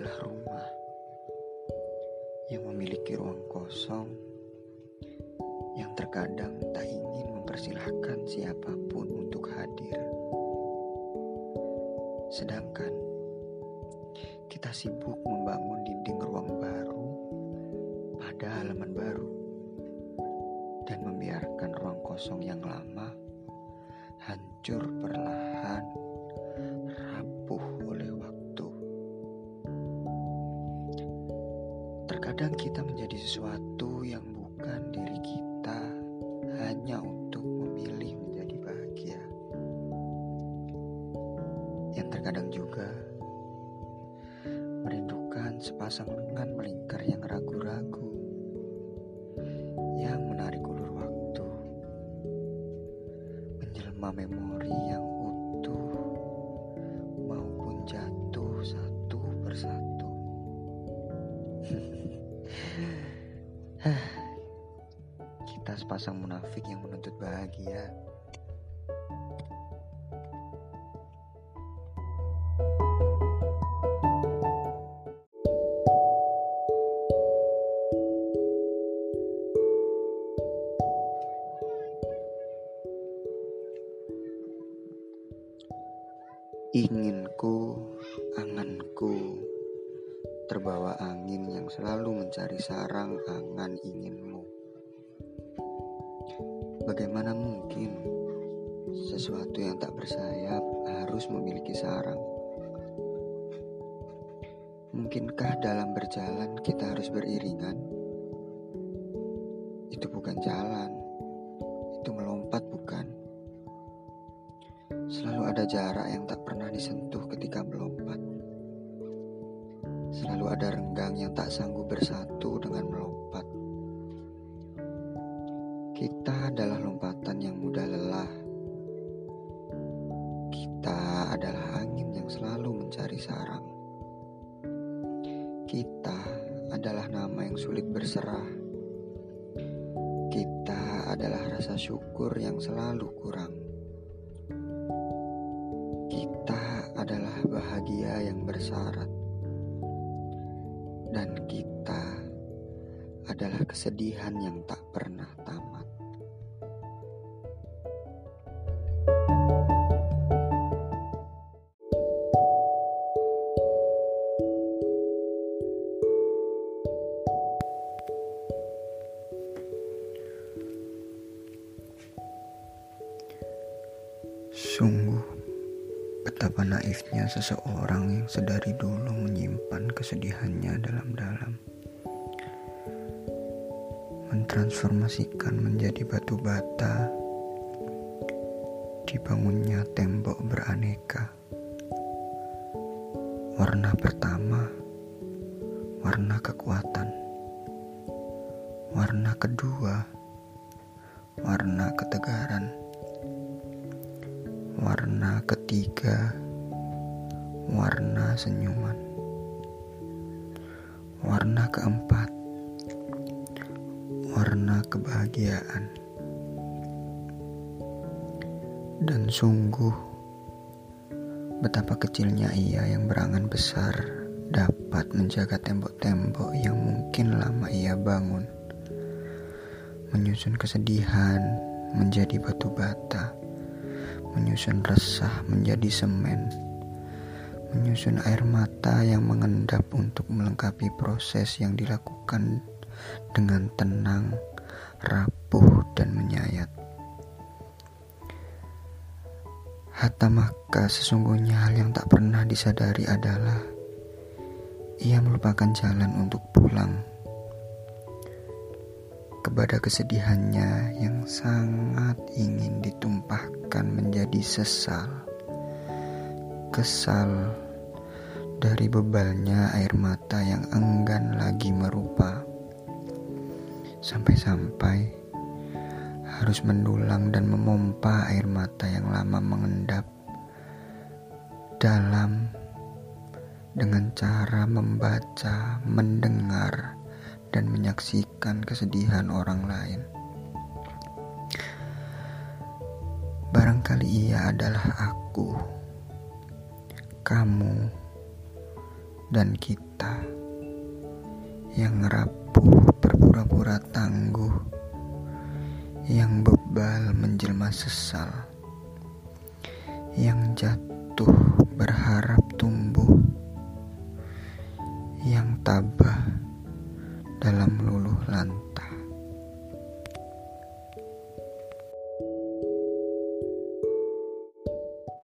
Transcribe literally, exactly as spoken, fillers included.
adalah rumah yang memiliki ruang kosong yang terkadang tak ingin mempersilahkan siapapun untuk hadir. Sedangkan kita sibuk membangun dinding ruang baru pada halaman baru dan membiarkan ruang kosong yang lama hancur perlahan, rapuh oleh waktu. Terkadang kita menjadi sesuatu yang bukan diri kita hanya untuk memilih menjadi bahagia. Yang terkadang juga merindukan sepasang lengan melingkar yang ragu-ragu, yang menarik ulur waktu, menjelma memori yang utuh maupun jatuh satu persatu. Kita sepasang munafik yang menuntut bahagia. Inginku, anganku, terbawa angin yang selalu mencari sarang angan inginmu. Bagaimana mungkin sesuatu yang tak bersayap harus memiliki sarang? Mungkinkah dalam berjalan kita harus beriringan? Itu bukan jalan, itu melompat bukan? Selalu ada jarak yang tak pernah disentuh ketika melompat. Selalu ada renggang yang tak sanggup bersatu dengan melompat. Kita adalah lompatan yang mudah lelah. Kita adalah angin yang selalu mencari sarang. Kita adalah nama yang sulit berserah. Kita adalah rasa syukur yang selalu kurang. Kita adalah bahagia yang bersyarat. Dan kita adalah kesedihan yang tak pernah tamat. Sungguh, betapa naifnya seseorang yang sedari dulu menyimpan kesedihannya dalam-dalam, mentransformasikan menjadi batu bata, dibangunnya tembok beraneka. Warna pertama, warna kekuatan. Warna kedua, warna ketegaran. Warna ketiga, warna senyuman. Warna keempat, warna kebahagiaan. Dan sungguh, betapa kecilnya ia yang berangan besar dapat menjaga tembok-tembok yang mungkin lama ia bangun, menyusun kesedihan menjadi batu bata, menyusun resah menjadi semen, menyusun air mata yang mengendap untuk melengkapi proses yang dilakukan dengan tenang, rapuh, dan menyayat. Hatta maka sesungguhnya hal yang tak pernah disadari adalah ia melupakan jalan untuk pulang kepada kesedihannya yang sangat ingin ditumpahkan menjadi sesal, kesal dari bebalnya air mata yang enggan lagi merupa, sampai-sampai harus mendulang dan memompa air mata yang lama mengendap dalam dengan cara membaca, mendengar, dan menyaksikan kesedihan orang lain. Barangkali ia adalah aku, kamu, dan kita. cinta, yang rapuh berpura-pura tangguh, yang bebal menjelma sesal, yang jatuh berharap tumbuh, yang tabah dalam luluh lantai.